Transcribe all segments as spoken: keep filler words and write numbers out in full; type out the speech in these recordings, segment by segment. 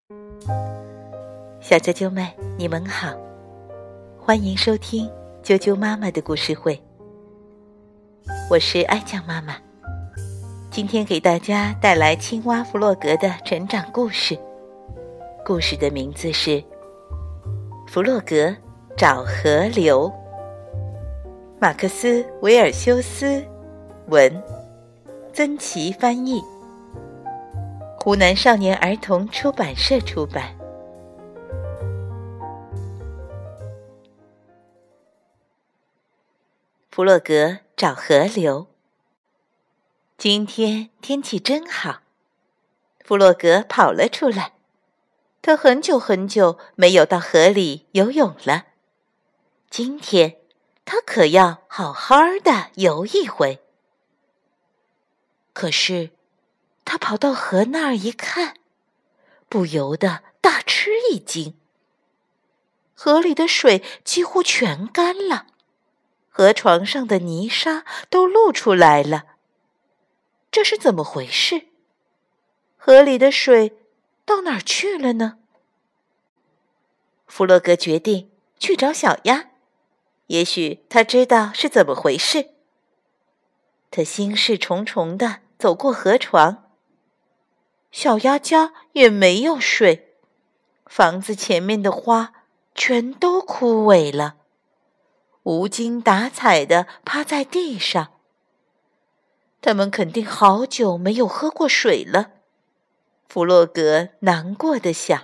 小啾啾们，你们好，欢迎收听啾啾妈妈的故事会。我是爱酱妈妈，今天给大家带来青蛙弗洛格的成长故事。故事的名字是《弗洛格找河流》，马克思·维尔修斯文，曾琦翻译，湖南少年儿童出版社出版。弗洛格找河流。今天天气真好，弗洛格跑了出来。他很久很久没有到河里游泳了，今天他可要好好的游一回。可是他跑到河那儿一看，不由得大吃一惊。河里的水几乎全干了，河床上的泥沙都露出来了。这是怎么回事？河里的水到哪儿去了呢？弗洛格决定去找小鸭，也许他知道是怎么回事。他心事重重地走过河床，小鸭家也没有水，房子前面的花全都枯萎了，无精打采地趴在地上。他们肯定好久没有喝过水了，弗洛格难过地想。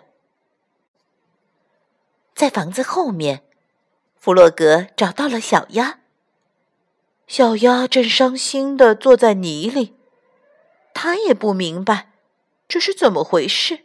在房子后面，弗洛格找到了小鸭。小鸭正伤心地坐在泥里，他也不明白这是怎么回事。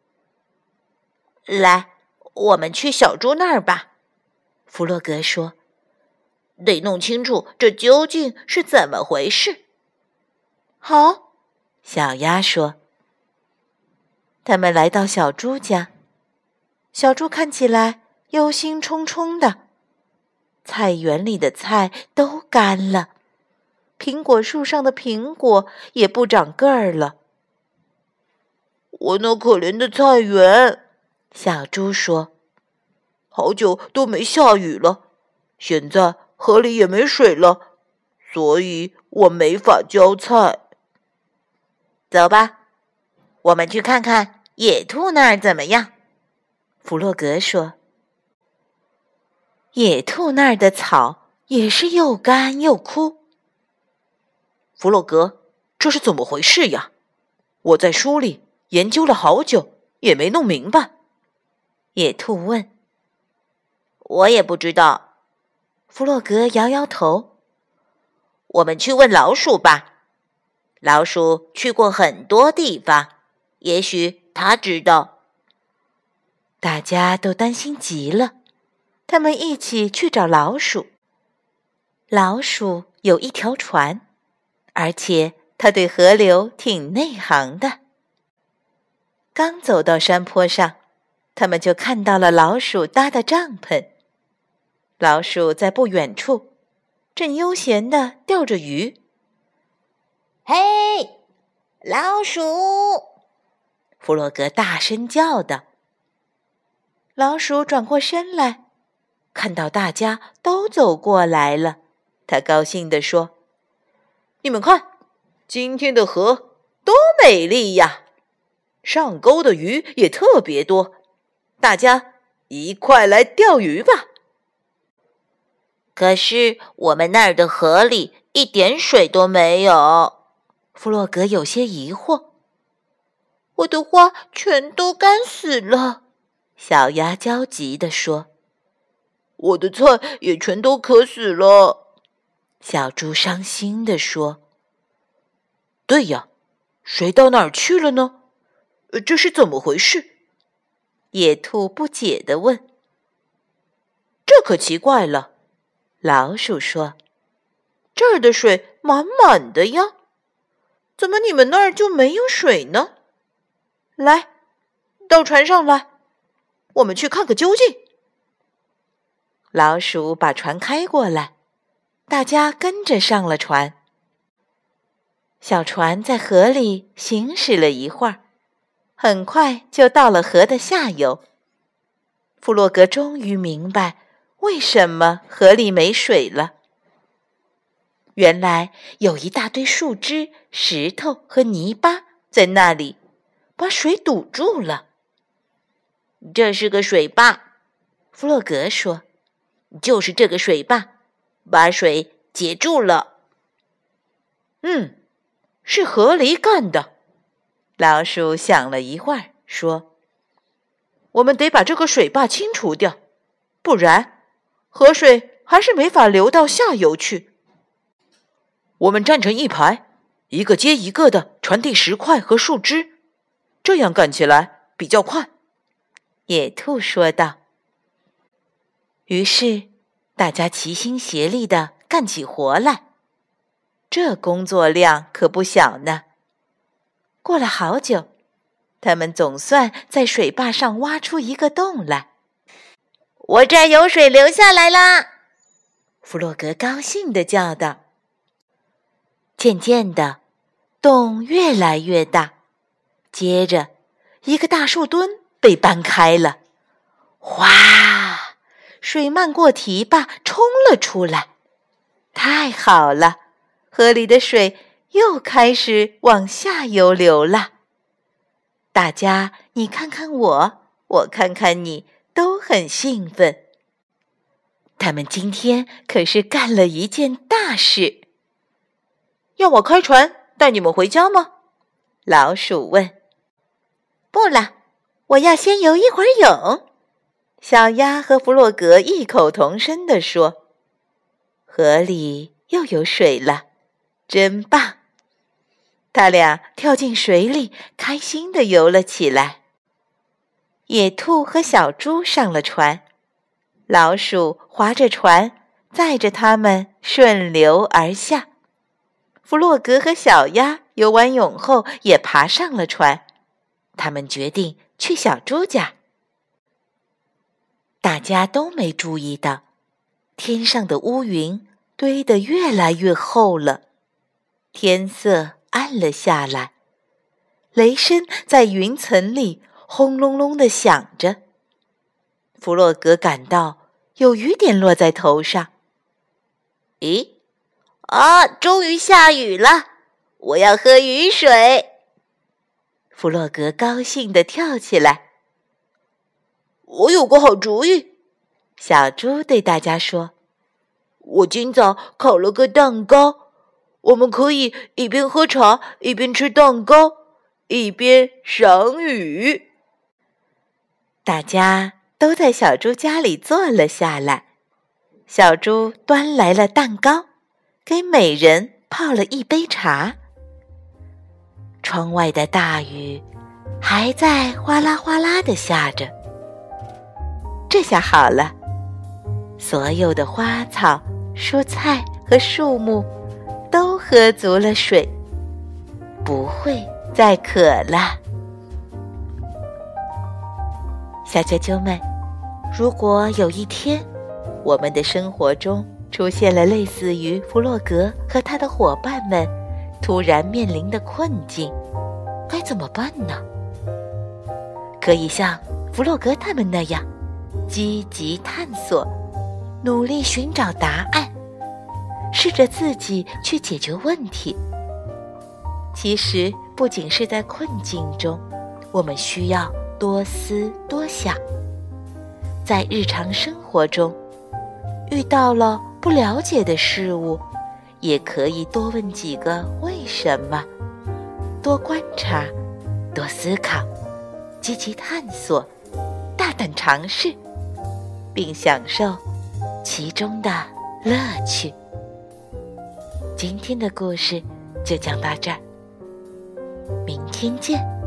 来，我们去小猪那儿吧，弗洛格说，得弄清楚这究竟是怎么回事。好，小鸭说。他们来到小猪家，小猪看起来忧心忡忡的，菜园里的菜都干了，苹果树上的苹果也不长个儿了。我那可怜的菜园，小猪说，好久都没下雨了，现在河里也没水了，所以我没法浇菜。走吧，我们去看看野兔那儿怎么样，弗洛格说。野兔那儿的草也是又干又枯。弗洛格，这是怎么回事呀？我在书里研究了好久，也没弄明白。野兔问。我也不知道。弗洛格摇摇头。我们去问老鼠吧。老鼠去过很多地方，也许他知道。大家都担心极了，他们一起去找老鼠。老鼠有一条船，而且他对河流挺内行的。刚走到山坡上，他们就看到了老鼠搭的帐篷。老鼠在不远处，正悠闲地钓着鱼。嘿，老鼠！弗洛格大声叫道。老鼠转过身来，看到大家都走过来了，他高兴地说：你们看，今天的河多美丽呀！上钩的鱼也特别多，大家一块来钓鱼吧。可是我们那儿的河里一点水都没有。弗洛格有些疑惑。我的花全都干死了，小鸭焦急地说。我的菜也全都渴死了，小猪伤心地说。对呀，谁到哪儿去了呢？这是怎么回事？野兔不解地问。这可奇怪了，老鼠说。这儿的水满满的呀，怎么你们那儿就没有水呢？来，到船上来，我们去看个究竟。老鼠把船开过来，大家跟着上了船。小船在河里行驶了一会儿， 很快就到了河的下游。弗洛格终于明白为什么河里没水了。原来有一大堆树枝、石头和泥巴在那里，把水堵住了。 这是个水坝， 弗洛格说， 就是这个水坝把水截住了。 嗯，是河狸干的。老鼠想了一会儿，说，我们得把这个水坝清除掉，不然河水还是没法流到下游去。我们站成一排，一个接一个的传递石块和树枝，这样干起来比较快。野兔说道。于是大家齐心协力地干起活来，这工作量可不小呢。过了好久，他们总算在水坝上挖出一个洞来。 我这儿有水流下来啦！ 弗洛格高兴地叫道。渐渐的，洞越来越大，接着一个大树墩被搬开了，哗，水漫过堤坝冲了出来。太好了，河里的水又开始往下游流了。大家你看看我，我看看你，都很兴奋。他们今天可是干了一件大事。要我开船带你们回家吗？老鼠问。不了，我要先游一会儿泳。小鸭和弗洛格异口同声地说。河里又有水了，真棒！他俩跳进水里，开心地游了起来。野兔和小猪上了船，老鼠划着船，载着它们顺流而下。弗洛格和小鸭游完泳后也爬上了船，他们决定去小猪家。大家都没注意到，天上的乌云堆得越来越厚了，天色暗了下来，雷声在云层里轰隆隆地响着。弗洛格感到有雨点落在头上。 咦，啊，终于下雨了，我要喝雨水。 弗洛格高兴地跳起来。 我有个好主意， 小猪对大家说， 我今早烤了个蛋糕，我们可以一边喝茶，一边吃蛋糕，一边赏雨。 大家都在小猪家里坐了下来，小猪端来了蛋糕，给每人泡了一杯茶。窗外的大雨还在哗啦哗啦地下着。这下好了，所有的花草、蔬菜和树木都喝足了水，不会再渴了。小啾啾们，如果有一天我们的生活中出现了类似于弗洛格和他的伙伴们突然面临的困境，该怎么办呢？可以像弗洛格他们那样积极探索，努力寻找答案，试着自己去解决问题。其实不仅是在困境中，我们需要多思多想。在日常生活中，遇到了不了解的事物，也可以多问几个为什么，多观察，多思考，积极探索，大胆尝试，并享受其中的乐趣。今天的故事就讲到这儿，明天见。